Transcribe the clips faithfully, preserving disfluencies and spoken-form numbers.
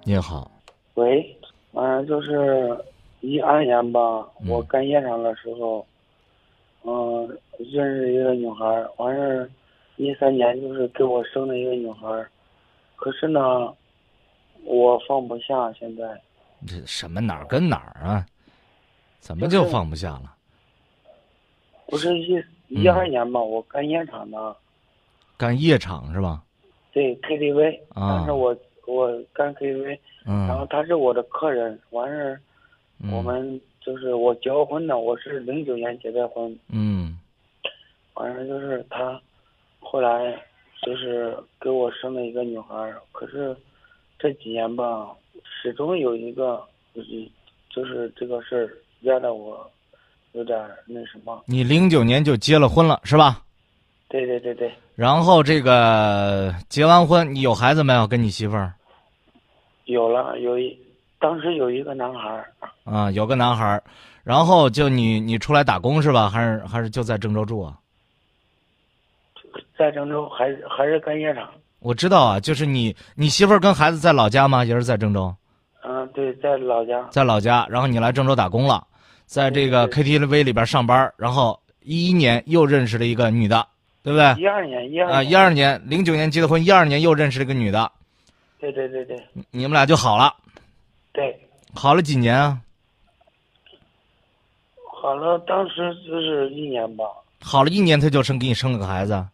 你好。 喂，嗯、就是一二年吧， 嗯我干夜场的时候，嗯、认识一个女孩儿，完事儿，一三年就是给我生了一个女孩儿，可是呢，我放不下，现在这什么哪儿跟哪儿啊？怎么就就是放不下了？ 不是一一嗯， 二年吧，我干夜场的， 干夜场是吧？ 对 K T V，但是啊， 我我干 K T V，然嗯后他是我的客人，完事儿，我嗯们就是我结过婚的，我是零九年结的婚。 嗯， 反正就是他，后来就是给我生了一个女孩儿，可是这几年吧，始终有一个就是就是这个事儿压得我有点儿那什么。 你零九年就结了婚了是吧？ 对对对对， 然后这个结完婚，你有孩子没有？跟你媳妇儿有了有一，当时有一个男孩儿， 啊，有个男孩儿，然后就你你出来打工是吧？还是还是就在郑州住啊？ 在郑州还是还是干夜场。 我知道啊，就是你你媳妇儿跟孩子在老家吗？也是在郑州， 嗯，对，在老家。 在老家，然后你来郑州打工了，在这个对 K T V 里边上班，然后一一年又认识了一个女的，对不对？ 一二年一二啊， 年。 一二年零九年结的婚，一二年又认识了一个女的， 对对对对你们俩就好了， 对， 好了几年啊？ 好了，当时就是一年吧。 好了一年，他就生给你生了个孩子，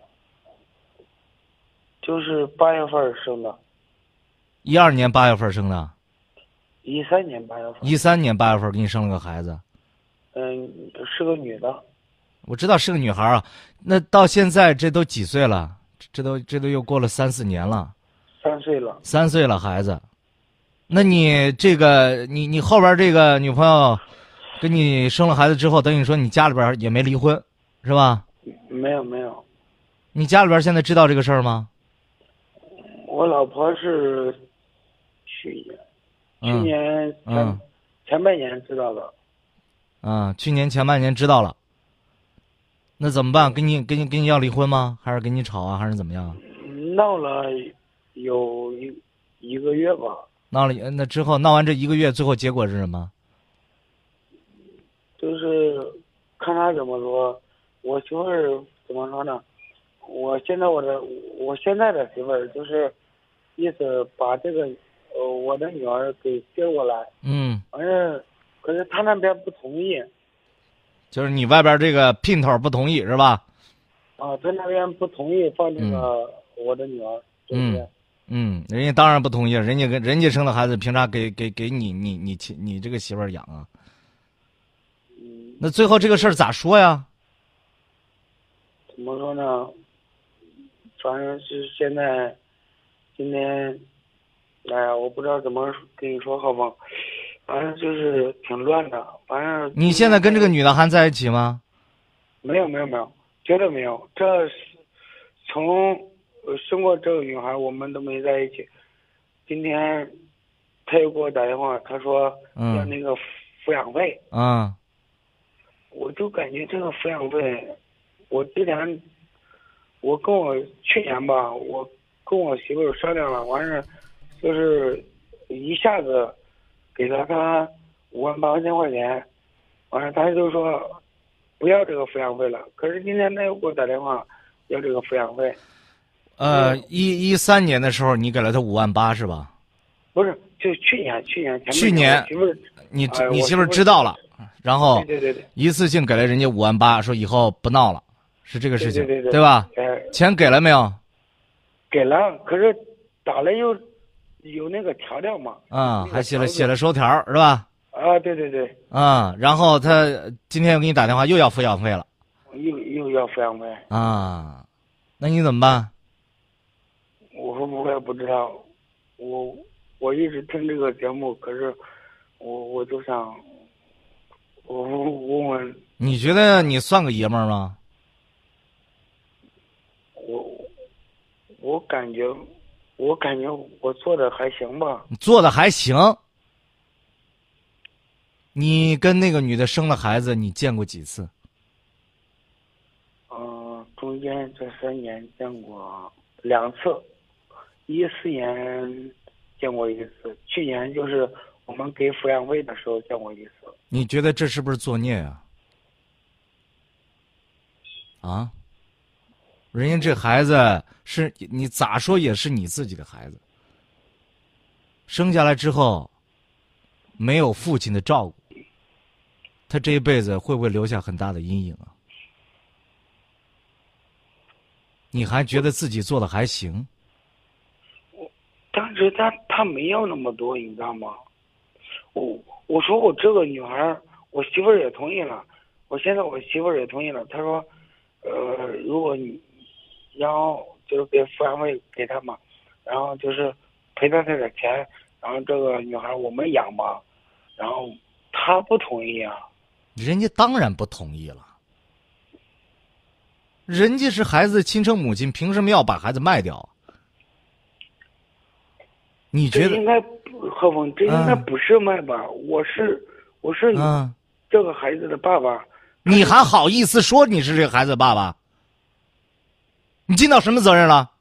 就是八月份儿生的， 一二年八月份生的， 一三年八月份。 一三年八月份给你生了个孩子， 嗯，是个女的。 我知道是个女孩啊。那到现在这都几岁了？这都这都又过了三四年了， 三岁了。 三岁了孩子。那你这个你你后边这个女朋友跟你生了孩子之后，等于说你家里边也没离婚，是吧？ 没有没有， 你家里边现在知道这个事儿吗？ 我老婆是去年，去嗯年前、 嗯前半年知道的。 嗯，去年前半年知道了，那怎么办？跟你跟你跟你要离婚吗？还是跟你吵啊？还是怎么样？ 闹了有一一个月吧。 闹了，那之后闹完这一个月，最后结果是什么？ 就是看他怎么说，我媳妇儿怎么说呢？我现在我的我现在的媳妇儿就是意思把这个呃我的女儿给接过来， 嗯， 完事可是他那边不同意。 就是你外边这个姘头不同意是吧？ 啊，他那边不同意放这个我的女儿，对不对？ 嗯嗯，人家当然不同意，人家跟人家生的孩子，凭啥给给给你你你亲你这个媳妇儿养啊？ 嗯， 那最后这个事儿咋说呀？ 怎么说呢？反正是现在，今天，哎呀，我不知道怎么跟你说好吗？反正就是挺乱的。反正你现在跟这个女的还在一起吗？ 没有没有没有，绝对没有。这是从呃生过这个女孩，我们都没在一起。今天他又给我打电话，他说要嗯那个抚养费。 嗯我就感觉这个抚养费，我之前我跟我去年吧，我跟我媳妇儿商量了，完事就是一下子给了他五万八千块钱，完事他就说不要这个抚养费了。可是今天他又给我打电话要这个抚养费。 呃，一一三年的时候，你给了他五万八是吧？ 不是，就去年去年前去年我媳妇儿你哎我你媳妇儿媳妇儿知道了，然后对对对对一次性给了人家五万八，说以后不闹了，是这个事情， 对对对对吧？ 哎， 钱给了没有？ 给了，可是打了又有那个调料嘛。 啊、 那个还写了条子写了收条儿是吧？ 啊，对对对， 啊、然后他今天又给你打电话，又要抚养费了又又要抚养费。 啊，那你怎么办？ 我说我也不知道，我我一直听这个节目，可是我我就想，我问问你觉得你算个爷们儿吗？ 我，我感觉我感觉我做的还行吧。 你做的还行。你跟那个女的生了孩子，你见过几次？ 嗯、中间这三年见过两次，一四年见过一次，去年就是我们给抚养费的时候见过一次。 你觉得这是不是作孽呀、啊？啊，人家这孩子是你咋说也是你自己的孩子，生下来之后没有父亲的照顾，他这一辈子会不会留下很大的阴影啊？你还觉得自己做的还行？ 当时他他没要那么多，你知道吗？我我说我这个女孩，我媳妇儿也同意了。我现在我媳妇儿也同意了。她说，呃，如果你，然后就是给抚养费给她嘛，然后就是赔她这点钱，然后这个女孩我们养吧。然后她不同意啊。 人家当然不同意了。人家是孩子的亲生母亲，凭什么要把孩子卖掉？你觉得这应该不，何峰，这应该不是卖吧？嗯、我是我是你这个孩子的爸爸， 嗯、你还好意思说你是这个孩子的爸爸？你尽到什么责任了？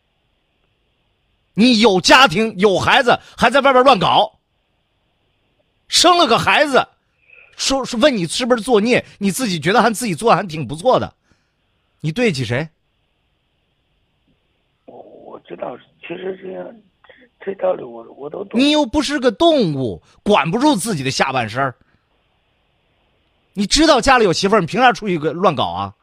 你有家庭有孩子，还在外边乱搞，生了个孩子，说说问你是不是作孽？你自己觉得还自己做还挺不错的，你对得起谁？ 我我知道，其实这样。这道理我我都懂。 你又不是个动物，管不住自己的下半身。你知道家里有媳妇儿，你凭啥出去乱搞啊？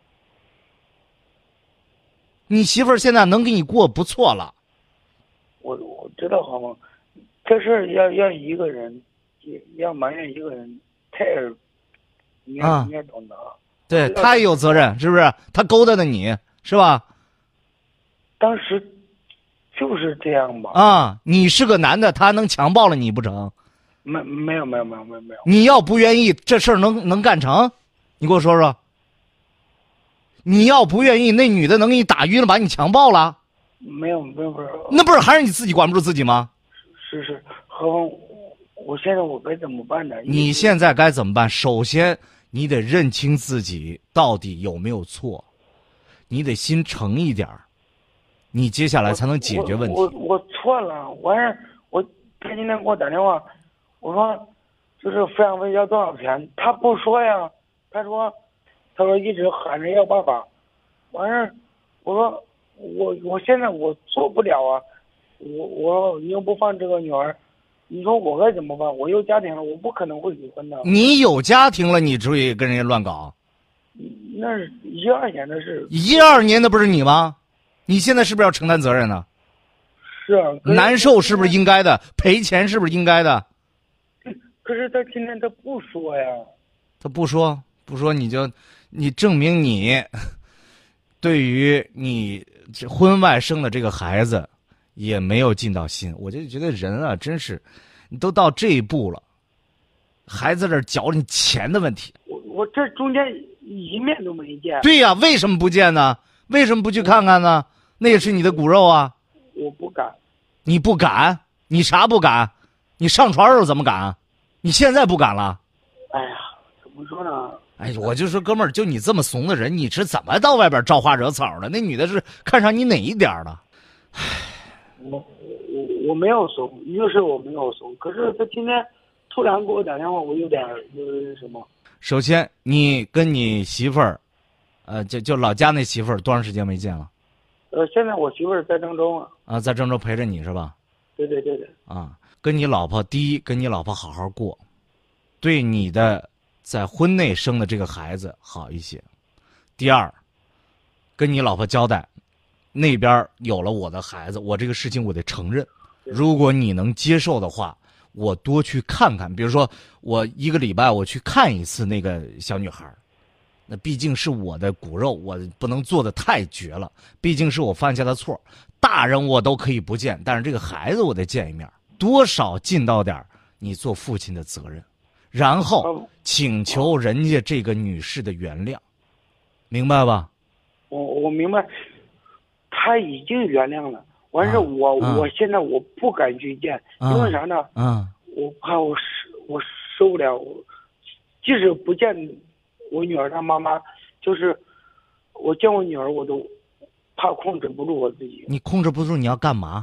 你媳妇儿现在能给你过不错了。 我我知道，好吗？这事儿要要一个人，要埋怨一个人，他也你也、啊、你也懂得。 对，他也有责任，是不是？他勾搭的你，是吧？ 当时。就是这样吧。 啊，你是个男的，他能强暴了你不成？ 没没有没有没有没有没有。 你要不愿意，这事儿能能干成？你给我说说。你要不愿意，那女的能给你打晕了，把你强暴了？ 没有没有不是。 那不是还是你自己管不住自己吗？ 是是，何峰，我现在我该怎么办呢？ 你现在该怎么办？首先，你得认清自己到底有没有错，你得心诚一点儿。你接下来才能解决问题。 我 我, 我错了，完事我他今天给我打电话，我说就是抚养费要多少钱，他不说呀，他说他说一直喊着要爸爸，完事我说我我现在我做不了啊，我我你又不放这个女儿，你说我该怎么办？我有家庭了，我不可能会离婚的。 你有家庭了，你至于跟人家乱搞？ 那是一二年的事。 一二年的不是你吗？你现在是不是要承担责任呢？ 是啊， 难受是不是应该的？赔钱是不是应该的？ 可是他今天他不说呀。 他不说，不说你就，你证明你对于你这婚外生的这个孩子也没有尽到心。我就觉得人啊，真是，你都到这一步了，还在这搅你钱的问题。 我我这中间一面都没见。 对呀、啊，为什么不见呢？为什么不去看看呢？那也是你的骨肉啊！ 我不敢。 你不敢？你啥不敢？你上床时候怎么敢？你现在不敢了？ 哎呀，怎么说呢？ 哎，我就说哥们儿，就你这么怂的人，你是怎么到外边招花惹草的？那女的是看上你哪一点了？唉， 我我我没有怂，一个是我没有怂，可是他今天突然给我打电话，我有点有点什么。 首先，你跟你媳妇儿。呃，就就老家那媳妇儿多长时间没见了？ 呃，现在我媳妇儿在郑州啊。 啊，在郑州陪着你是吧？ 对对对对。 啊，跟你老婆，第一，跟你老婆好好过，对你的在婚内生的这个孩子好一些。第二，跟你老婆交代，那边有了我的孩子，我这个事情我得承认。如果你能接受的话，我多去看看，比如说我一个礼拜我去看一次那个小女孩。那毕竟是我的骨肉，我不能做的太绝了。毕竟是我犯下的错，大人我都可以不见，但是这个孩子我得见一面，多少尽到点你做父亲的责任，然后请求人家这个女士的原谅，明白吧？ 我我明白，他已经原谅了。完事、啊、我、啊、我现在我不敢去见，啊、因为啥呢？ 啊， 我怕我我受不了，我即使不见。我女儿她妈妈，就是我见我女儿，我都怕控制不住我自己。 你控制不住，你要干嘛？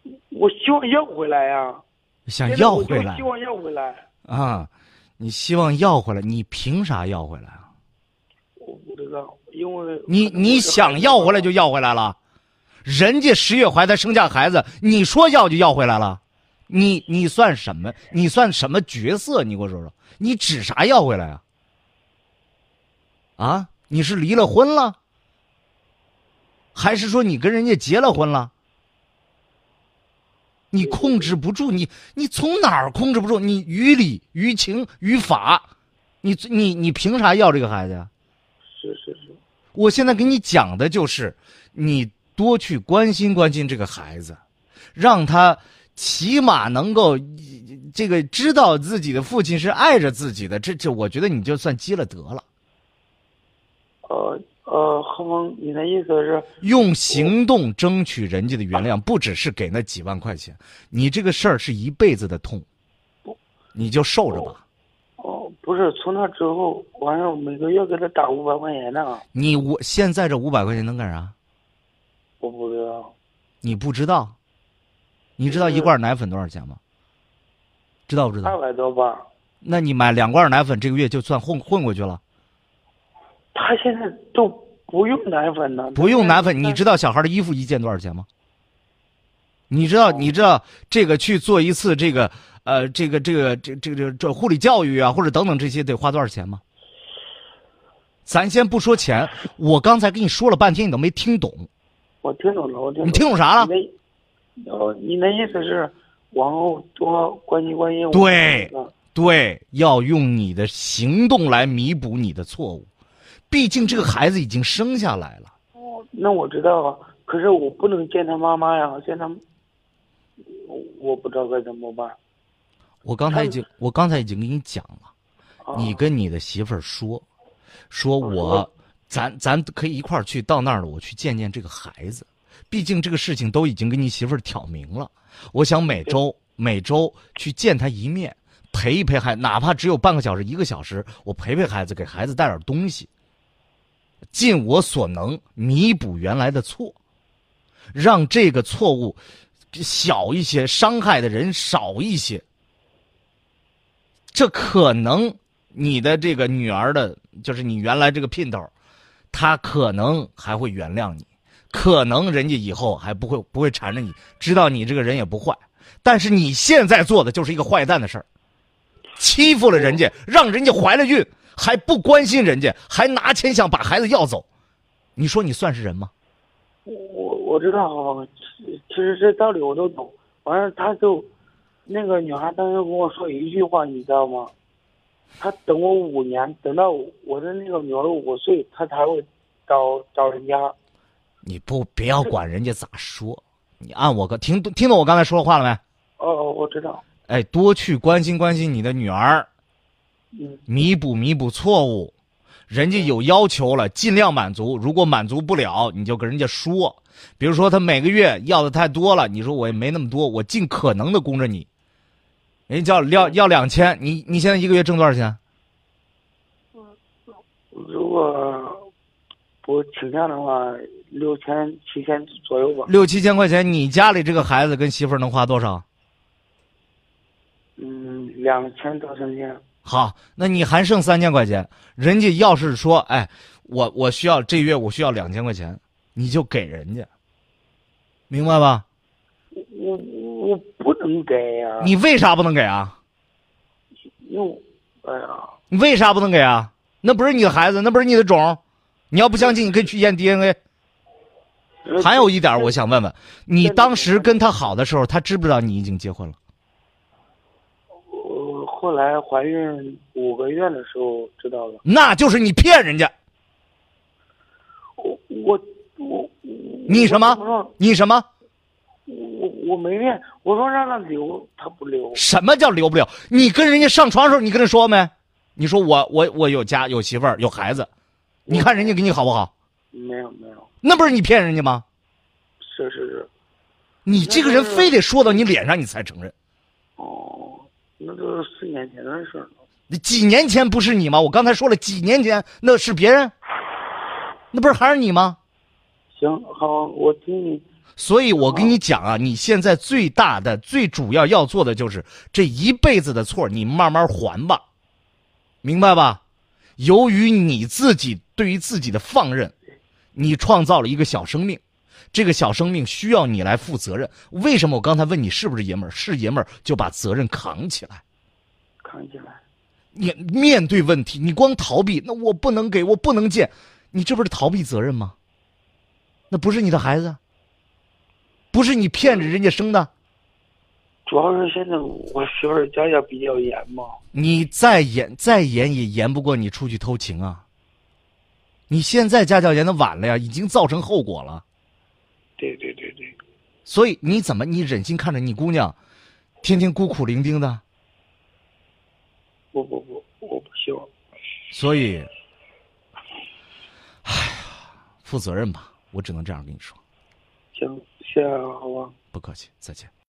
我希望要回来呀、 想要回来现在我就希望要回来。 啊？你希望要回来，你凭啥要回来啊？ 我不知道，因为你你想要回来就要回来了，人家十月怀胎生下孩子，你说要就要回来了，你你算什么？你算什么角色？你给我说说，你指啥要回来啊？啊，你是离了婚了，还是说你跟人家结了婚了？你控制不住，你你从哪儿控制不住？你于理于情于法，你你你凭啥要这个孩子呀？ 是是是， 我现在给你讲的就是，你多去关心关心这个孩子，让他起码能够这个知道自己的父亲是爱着自己的，这这我觉得你就算积了德了。 呃呃，何峰，你的意思是用行动争取人家的原谅，不只是给那几万块钱，你这个事儿是一辈子的痛，你就受着吧。 哦，不是，从那之后，完了每个月给他打五百块钱呢。 你我现在这五百块钱能干啥？ 我不知道。 你不知道？你知道一罐奶粉多少钱吗？知道不知道？ 二百多吧。 那你买两罐奶粉，这个月就算混混过去了。 他现在都不用奶粉了。 不用奶粉，你知道小孩的衣服一件多少钱吗？你知道你知道这个去做一次这个呃这个这个这这这这护理教育啊，或者等等这些得花多少钱吗？咱先不说钱，我刚才跟你说了半天，你都没听懂。 我听懂了，我听懂了。 你听懂啥了？ 你的，呃，你的意思是往后多关心关心我。 对对，要用你的行动来弥补你的错误。毕竟这个孩子已经生下来了。 哦，那我知道啊，可是我不能见他妈妈呀，见他，我不知道该怎么办。 我刚才已经，我刚才已经跟你讲了， 啊、 你跟你的媳妇儿说，说我，咱咱可以一块儿去到那儿了，我去见见这个孩子。毕竟这个事情都已经跟你媳妇儿挑明了，我想每周每周去见他一面，陪一陪孩子，哪怕只有半个小时、一个小时，我陪陪孩子，给孩子带点东西。尽我所能弥补原来的错，让这个错误小一些，伤害的人少一些。这可能你的这个女儿的，就是你原来这个姘头，她可能还会原谅你，可能人家以后还不会不会缠着你，知道你这个人也不坏。但是你现在做的就是一个坏蛋的事儿，欺负了人家，让人家怀了孕。还不关心人家，还拿钱想把孩子要走，你说你算是人吗？ 我我知道，其实这道理我都懂。完了，他就那个女孩当时跟我说一句话，你知道吗？她等我五年，等到我的那个女儿五岁，她才会找找人家。 你不不要管人家咋说，你按我个听听懂我刚才说的话了没？ 哦，我知道。 哎，多去关心关心你的女儿。 嗯， 弥补弥补错误，人家有要求了，尽量满足。如果满足不了，你就跟人家说。比如说他每个月要的太多了，你说我也没那么多，我尽可能的供着你。人家叫要要两千，你你现在一个月挣多少钱？ 如果不请假的话，六千七千左右吧。 六七千块钱，你家里这个孩子跟媳妇儿能花多少？ 嗯，两千到三千。 好，那你还剩三千块钱。人家要是说，哎，我我需要这月我需要两千块钱，你就给人家，明白吧？ 我我不能给呀、啊。 你为啥不能给啊？ 因为，哎呀， 你为啥不能给啊？那不是你的孩子，那不是你的种。你要不相信，你可以去验 D N A。还有一点，我想问问，你当时跟他好的时候，他知不知道你已经结婚了？ 我后来怀孕五个月的时候知道了。 那就是你骗人家。 我我我你什么？你什么？ 我我没骗，我说让他留，他不留。 什么叫留不了？你跟人家上床的时候，你跟他说没？你说我我我有家有媳妇儿有孩子，你看人家给你好不好？ 没有没有。 那不是你骗人家吗？ 是是是。 你这个人非得说到你脸上你才承认。 哦，那都是四年前的事了。 你几年前不是你吗？我刚才说了，几年前那是别人，那不是还是你吗？ 行，好，我听你。 所以我跟你讲啊，你现在最大的、最主要要做的就是这一辈子的错，你慢慢还吧，明白吧？由于你自己对于自己的放任，你创造了一个小生命，这个小生命需要你来负责任。为什么我刚才问你是不是爷们儿？是爷们儿就把责任扛起来， 扛起来。 你面对问题，你光逃避，那我不能给，我不能见，你这不是逃避责任吗？那不是你的孩子，不是你骗着人家生的。 主要是现在我媳妇儿家教比较严嘛。 你再严再严也严不过你出去偷情啊！你现在家教严的晚了呀，已经造成后果了。 对对对对。 所以你怎么你忍心看着你姑娘天天孤苦伶仃的？ 不不不，我不希望。 所以，哎呀，负责任吧，我只能这样跟你说。 行，谢谢啊，好吧。 不客气，再见。